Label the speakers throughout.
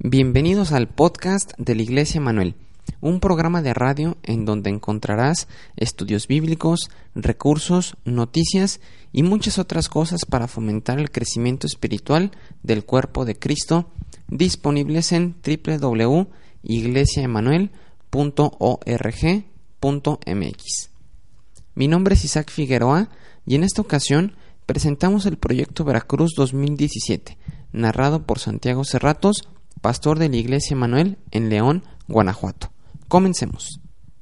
Speaker 1: Bienvenidos al podcast de la Iglesia Emanuel, un programa de radio en donde encontrarás estudios bíblicos, recursos, noticias y muchas otras cosas para fomentar el crecimiento espiritual del cuerpo de Cristo, disponibles en www.iglesiaemanuel.org.mx. Mi nombre es Isaac Figueroa y en esta ocasión presentamos el proyecto Veracruz 2017, narrado por Santiago Serratos, pastor de la Iglesia Emanuel en León, Guanajuato. Comencemos.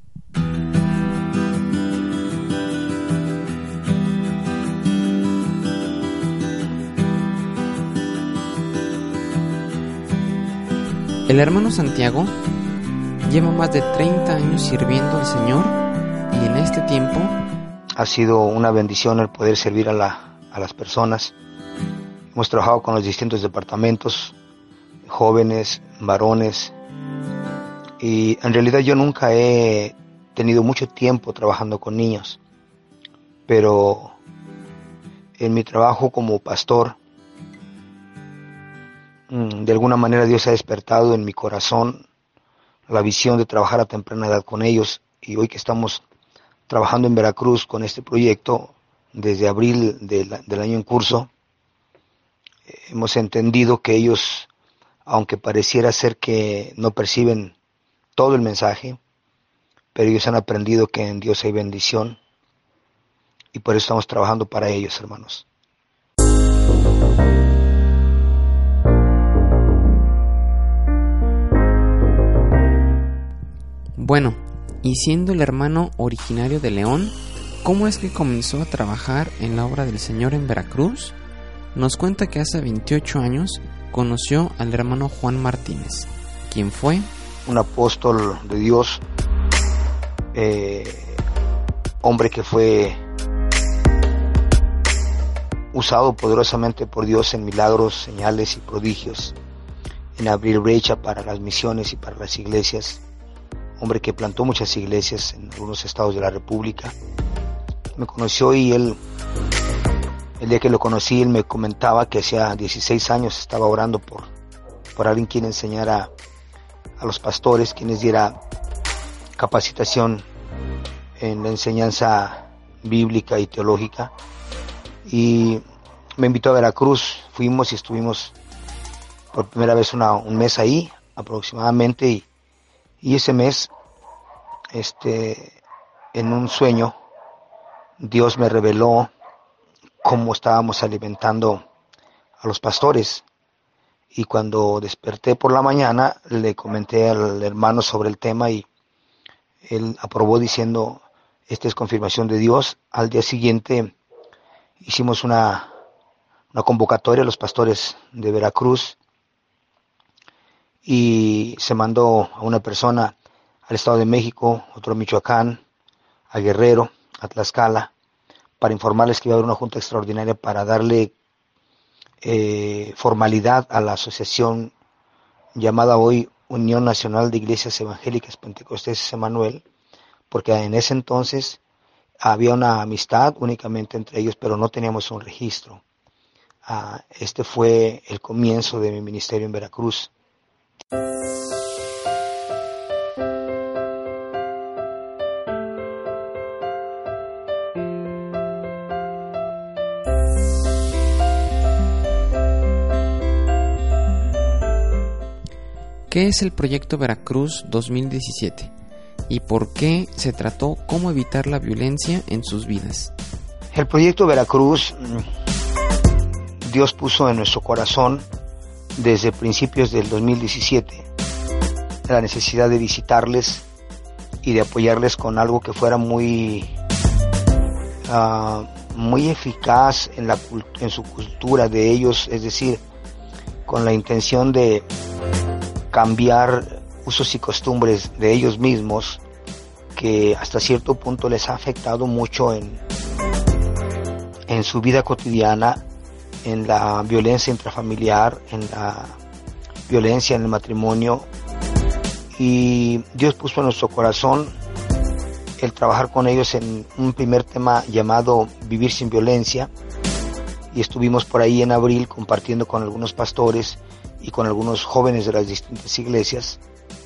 Speaker 1: El hermano Santiago lleva más de 30 años sirviendo al Señor y en este tiempo
Speaker 2: ha sido una bendición el poder servir a las personas. Hemos trabajado con los distintos departamentos, jóvenes, varones, y en realidad yo nunca he tenido mucho tiempo trabajando con niños, pero en mi trabajo como pastor, de alguna manera Dios ha despertado en mi corazón la visión de trabajar a temprana edad con ellos, y hoy que estamos trabajando en Veracruz con este proyecto desde abril del año en curso, hemos entendido que ellos, aunque pareciera ser que no perciben todo el mensaje, pero ellos han aprendido que en Dios hay bendición y por eso estamos trabajando para ellos, hermanos.
Speaker 1: Bueno, y siendo el hermano originario de León, ¿cómo es que comenzó a trabajar en la obra del Señor en Veracruz? Nos cuenta que hace 28 años conoció al hermano Juan Martínez, quien fue
Speaker 2: un apóstol de Dios, hombre que fue usado poderosamente por Dios en milagros, señales y prodigios, en abrir brecha para las misiones y para las iglesias, hombre que plantó muchas iglesias en algunos estados de la República. Me conoció y el día que lo conocí, él me comentaba que hacía 16 años estaba orando por alguien quien enseñara a los pastores, quien les diera capacitación en la enseñanza bíblica y teológica. Y me invitó a Veracruz, fuimos y estuvimos por primera vez un mes ahí aproximadamente, y ese mes, en un sueño, Dios me reveló cómo estábamos alimentando a los pastores. Y cuando desperté por la mañana, le comenté al hermano sobre el tema y él aprobó diciendo, esta es confirmación de Dios. Al día siguiente hicimos una convocatoria a los pastores de Veracruz y se mandó a una persona al Estado de México, otro a Michoacán, a Guerrero, a Tlaxcala, para informarles que iba a haber una junta extraordinaria para darle formalidad a la asociación llamada hoy Unión Nacional de Iglesias Evangélicas Pentecosteses Emanuel, porque en ese entonces había una amistad únicamente entre ellos, pero no teníamos un registro. Este fue el comienzo de mi ministerio en Veracruz.
Speaker 1: ¿Qué es el proyecto Veracruz 2017? ¿Y por qué se trató cómo evitar la violencia en sus vidas?
Speaker 2: El proyecto Veracruz, Dios puso en nuestro corazón desde principios del 2017 la necesidad de visitarles y de apoyarles con algo que fuera muy eficaz en su cultura de ellos, es decir, con la intención de cambiar usos y costumbres de ellos mismos que hasta cierto punto les ha afectado mucho en su vida cotidiana, en la violencia intrafamiliar, en la violencia en el matrimonio. Y Dios puso en nuestro corazón el trabajar con ellos en un primer tema llamado Vivir sin Violencia, y estuvimos por ahí en abril compartiendo con algunos pastores y con algunos jóvenes de las distintas iglesias.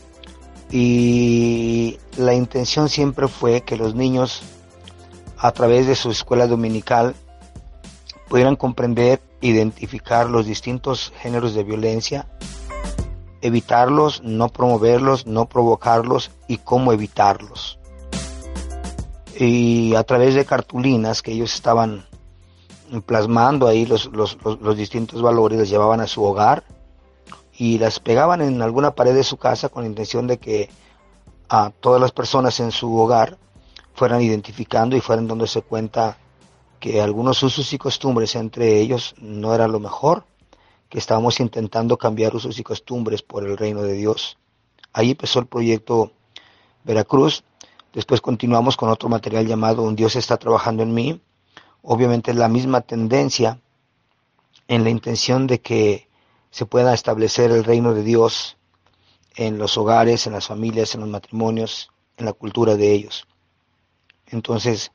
Speaker 2: Y la intención siempre fue que los niños, a través de su escuela dominical, pudieran comprender, identificar los distintos géneros de violencia, evitarlos, no promoverlos, no provocarlos y cómo evitarlos. Y a través de cartulinas que ellos estaban plasmando ahí los distintos valores, las llevaban a su hogar y las pegaban en alguna pared de su casa con la intención de que a todas las personas en su hogar fueran identificando y fueran dándose cuenta que algunos usos y costumbres entre ellos no era lo mejor, que estábamos intentando cambiar usos y costumbres por el reino de Dios. Ahí empezó el proyecto Veracruz. Después continuamos con otro material llamado Un Dios está trabajando en mí. Obviamente la misma tendencia en la intención de que se pueda establecer el reino de Dios en los hogares, en las familias, en los matrimonios, en la cultura de ellos. Entonces,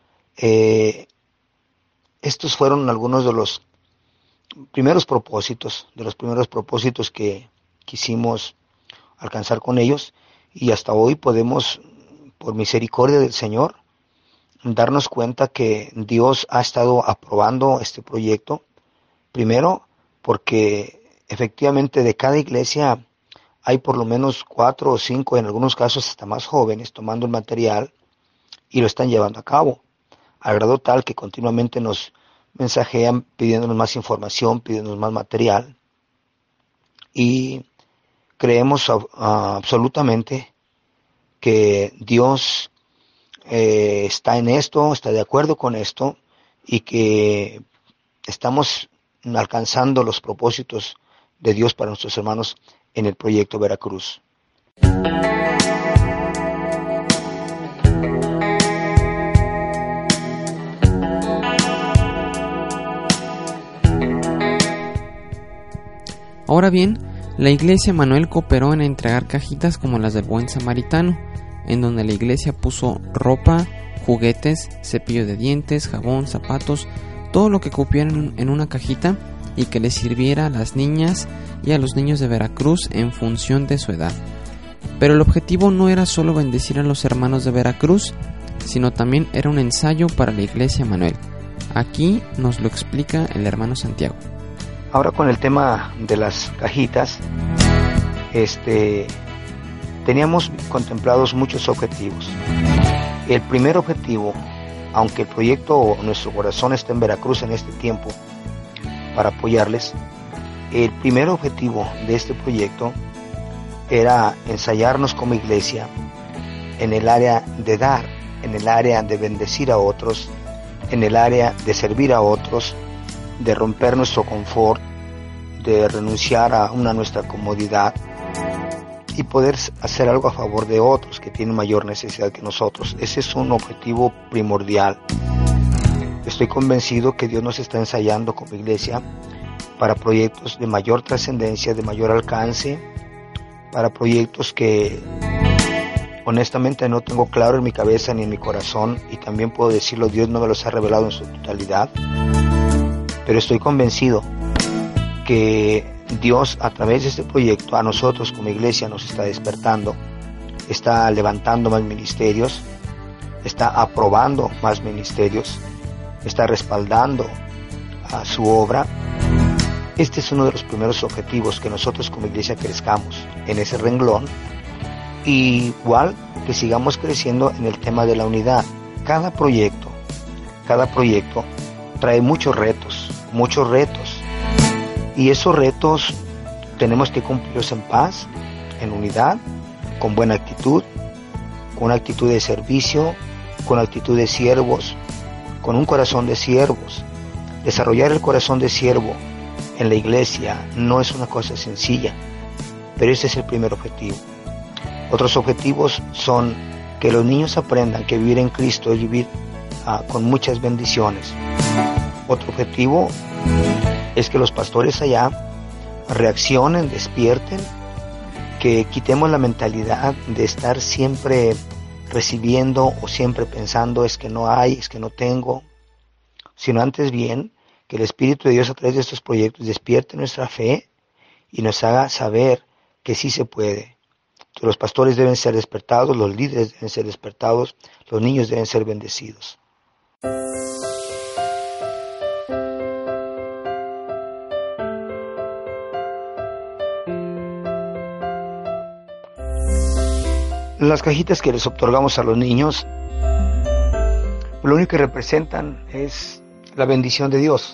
Speaker 2: estos fueron algunos de los primeros propósitos, que quisimos alcanzar con ellos, y hasta hoy podemos, por misericordia del Señor, darnos cuenta que Dios ha estado aprobando este proyecto. Primero, porque efectivamente de cada iglesia hay por lo menos 4 o 5, en algunos casos hasta más jóvenes, tomando el material y lo están llevando a cabo, al grado tal que continuamente nos mensajean pidiéndonos más información, pidiéndonos más material, y creemos absolutamente que Dios está en esto, está de acuerdo con esto, y que estamos alcanzando los propósitos de Dios para nuestros hermanos en el proyecto Veracruz.
Speaker 1: Ahora bien, la Iglesia Manuel cooperó en entregar cajitas como las del Buen Samaritano, en donde la iglesia puso ropa, juguetes, cepillo de dientes, jabón, zapatos, todo lo que cupieran en una cajita y que les sirviera a las niñas y a los niños de Veracruz en función de su edad. Pero el objetivo no era solo bendecir a los hermanos de Veracruz, sino también era un ensayo para la Iglesia Manuel. Aquí nos lo explica el hermano Santiago.
Speaker 2: Ahora con el tema de las cajitas, teníamos contemplados muchos objetivos. El primer objetivo, aunque el proyecto Nuestro Corazón está en Veracruz en este tiempo para apoyarles, el primer objetivo de este proyecto era ensayarnos como iglesia en el área de dar, en el área de bendecir a otros, en el área de servir a otros, de romper nuestro confort, de renunciar a nuestra comodidad y poder hacer algo a favor de otros que tienen mayor necesidad que nosotros. Ese es un objetivo primordial. Estoy convencido que Dios nos está ensayando como iglesia para proyectos de mayor trascendencia, de mayor alcance, para proyectos que honestamente no tengo claro en mi cabeza ni en mi corazón, y también puedo decirlo, Dios no me los ha revelado en su totalidad, pero estoy convencido que Dios a través de este proyecto a nosotros como iglesia nos está despertando, está levantando más ministerios, está aprobando más ministerios, está respaldando a su obra. Este es uno de los primeros objetivos, que nosotros como iglesia crezcamos en ese renglón, igual que sigamos creciendo en el tema de la unidad. Cada proyecto trae muchos retos, y esos retos tenemos que cumplirlos en paz, en unidad, con buena actitud, con una actitud de servicio, con actitud de siervos, con un corazón de siervos. Desarrollar el corazón de siervo en la iglesia no es una cosa sencilla, pero ese es el primer objetivo. Otros objetivos son que los niños aprendan que vivir en Cristo es vivir con muchas bendiciones. Otro objetivo es que los pastores allá reaccionen, despierten, que quitemos la mentalidad de estar siempre recibiendo o siempre pensando es que no hay, es que no tengo, sino antes bien que el Espíritu de Dios a través de estos proyectos despierte nuestra fe y nos haga saber que sí se puede. Que los pastores deben ser despertados, los líderes deben ser despertados, los niños deben ser bendecidos. Las cajitas que les otorgamos a los niños, lo único que representan es la bendición de Dios.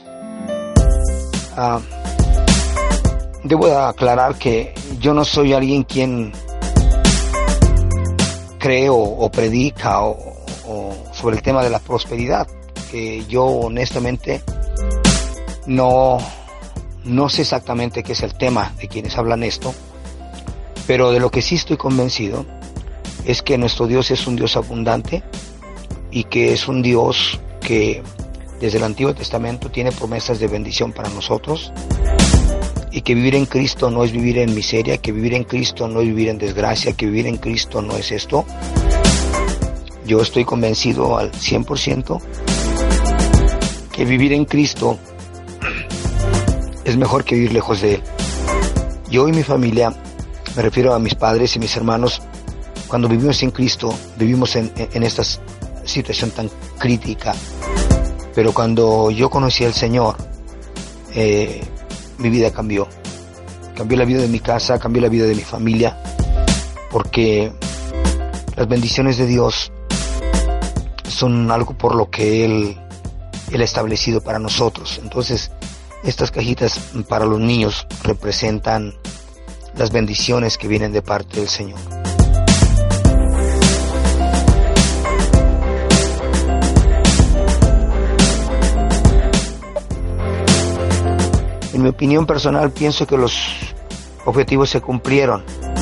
Speaker 2: Debo aclarar que yo no soy alguien quien cree o predica o sobre el tema de la prosperidad. Yo honestamente no sé exactamente qué es el tema de quienes hablan esto, pero de lo que sí estoy convencido es que nuestro Dios es un Dios abundante y que es un Dios que desde el Antiguo Testamento tiene promesas de bendición para nosotros, y que vivir en Cristo no es vivir en miseria, que vivir en Cristo no es vivir en desgracia, que vivir en Cristo no es esto. Yo estoy convencido al 100% que vivir en Cristo es mejor que vivir lejos de Él. Yo y mi familia, me refiero a mis padres y mis hermanos, cuando vivimos en Cristo, vivimos en esta situación tan crítica. Pero cuando yo conocí al Señor, mi vida cambió. Cambió la vida de mi casa, cambió la vida de mi familia, porque las bendiciones de Dios son algo por lo que Él ha establecido para nosotros. Entonces, estas cajitas para los niños representan las bendiciones que vienen de parte del Señor. En mi opinión personal, pienso que los objetivos se cumplieron.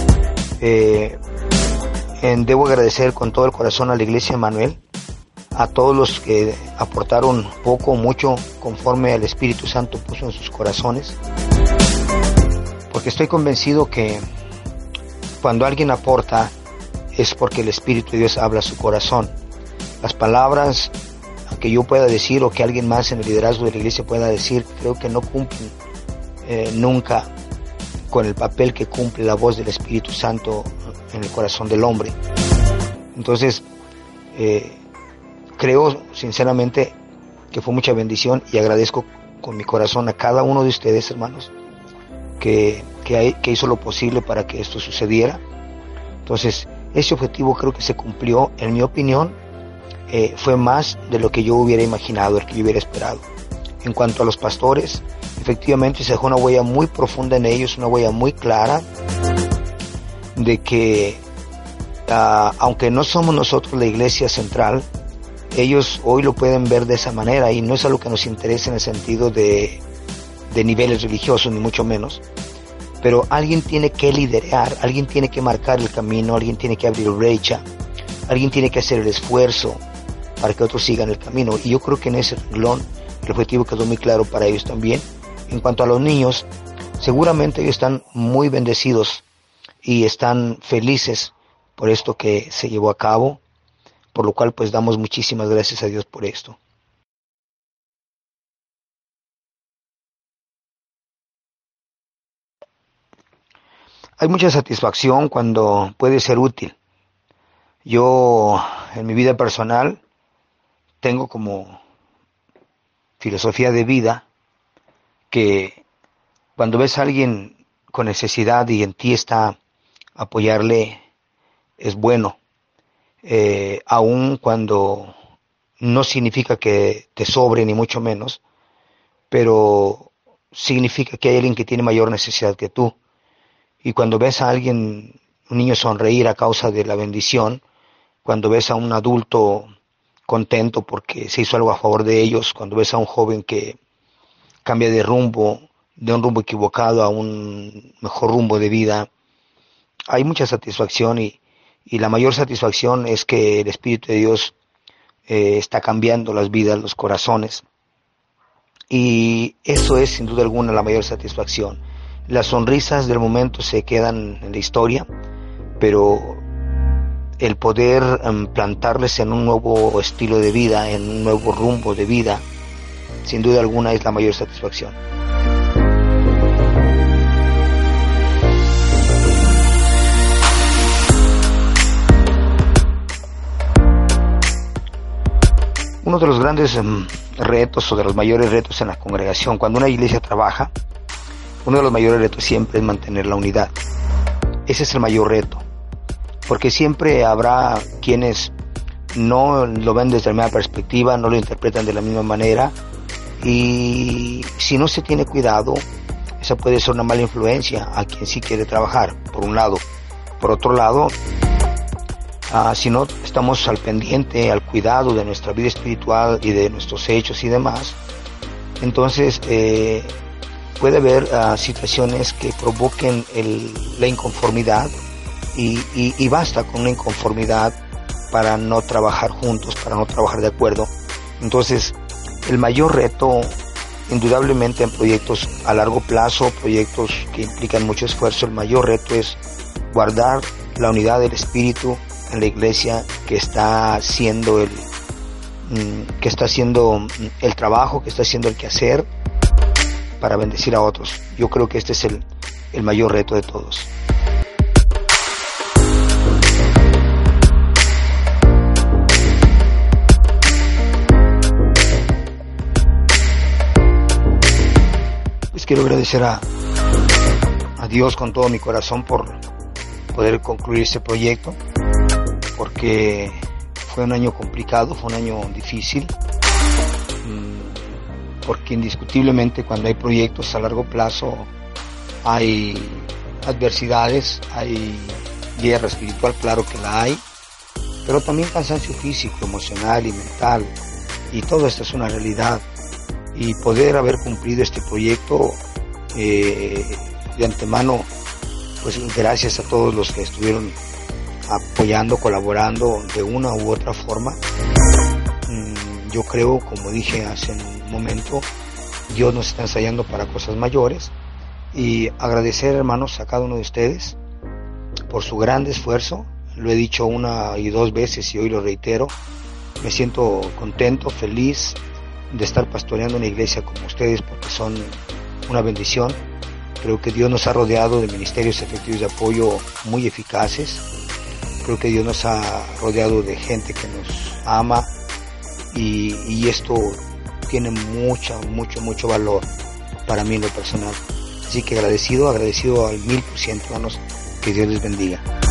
Speaker 2: Debo agradecer con todo el corazón a la Iglesia Emanuel, a todos los que aportaron poco o mucho conforme al Espíritu Santo puso en sus corazones, porque estoy convencido que cuando alguien aporta es porque el Espíritu de Dios habla a su corazón. Las palabras que yo pueda decir o que alguien más en el liderazgo de la iglesia pueda decir, creo que no cumplen nunca con el papel que cumple la voz del Espíritu Santo en el corazón del hombre. Entonces, creo sinceramente que fue mucha bendición, y agradezco con mi corazón a cada uno de ustedes, hermanos, que hizo lo posible para que esto sucediera. Entonces, ese objetivo creo que se cumplió, en mi opinión. Fue más de lo que yo hubiera imaginado, el que yo hubiera esperado. En cuanto a los pastores, efectivamente se dejó una huella muy profunda en ellos, una huella muy clara de que aunque no somos nosotros la iglesia central, ellos hoy lo pueden ver de esa manera, y no es algo que nos interese en el sentido de niveles religiosos, ni mucho menos. Pero alguien tiene que liderar, alguien tiene que marcar el camino, alguien tiene que abrir brecha, alguien tiene que hacer el esfuerzo para que otros sigan el camino. Y yo creo que en ese renglón el objetivo quedó muy claro para ellos también. En cuanto a los niños, seguramente ellos están muy bendecidos y están felices por esto que se llevó a cabo, por lo cual pues damos muchísimas gracias a Dios por esto. Hay mucha satisfacción cuando puede ser útil. Yo, en mi vida personal, tengo como filosofía de vida que cuando ves a alguien con necesidad y en ti está apoyarle, es bueno, aun cuando no significa que te sobre ni mucho menos, pero significa que hay alguien que tiene mayor necesidad que tú. Y cuando ves a alguien, un niño sonreír a causa de la bendición, cuando ves a un adulto contento porque se hizo algo a favor de ellos, cuando ves a un joven que cambia de rumbo, de un rumbo equivocado a un mejor rumbo de vida, hay mucha satisfacción, y la mayor satisfacción es que el Espíritu de Dios está cambiando las vidas, los corazones, y eso es sin duda alguna la mayor satisfacción. Las sonrisas del momento se quedan en la historia, pero el poder plantarles en un nuevo estilo de vida, en un nuevo rumbo de vida, sin duda alguna es la mayor satisfacción. uno de los grandes retos o de los mayores retos en la congregación, cuando una iglesia trabaja, uno de los mayores retos siempre es mantener la unidad. Ese es el mayor reto, porque siempre habrá quienes no lo ven desde la misma perspectiva, no lo interpretan de la misma manera, y si no se tiene cuidado, esa puede ser una mala influencia a quien sí quiere trabajar, por un lado. Por otro lado, si no estamos al pendiente, al cuidado de nuestra vida espiritual y de nuestros hechos y demás, entonces puede haber situaciones que provoquen la inconformidad y basta con una inconformidad para no trabajar juntos, para no trabajar de acuerdo. Entonces, el mayor reto, indudablemente en proyectos a largo plazo, proyectos que implican mucho esfuerzo, el mayor reto es guardar la unidad del espíritu en la iglesia que está haciendo el trabajo, que está haciendo el quehacer para bendecir a otros. Yo creo que este es el mayor reto de todos. Pues quiero agradecer a Dios con todo mi corazón por poder concluir este proyecto, porque fue un año complicado, fue un año difícil, porque indiscutiblemente cuando hay proyectos a largo plazo hay adversidades, hay guerra espiritual, claro que la hay, pero también cansancio físico, emocional y mental, y todo esto es una realidad. Y poder haber cumplido este proyecto de antemano, pues gracias a todos los que estuvieron apoyando, colaborando de una u otra forma. Yo creo, como dije hace un momento, Dios nos está ensayando para cosas mayores, y agradecer, hermanos, a cada uno de ustedes por su gran esfuerzo. Lo he dicho una y dos veces y hoy lo reitero. Me siento contento, feliz de estar pastoreando una iglesia como ustedes, porque son una bendición. Creo que Dios nos ha rodeado de ministerios efectivos de apoyo muy eficaces. Creo que Dios nos ha rodeado de gente que nos ama, y esto tiene mucho valor para mí en lo personal. Así que agradecido al 1000%, hermanos. Que Dios les bendiga.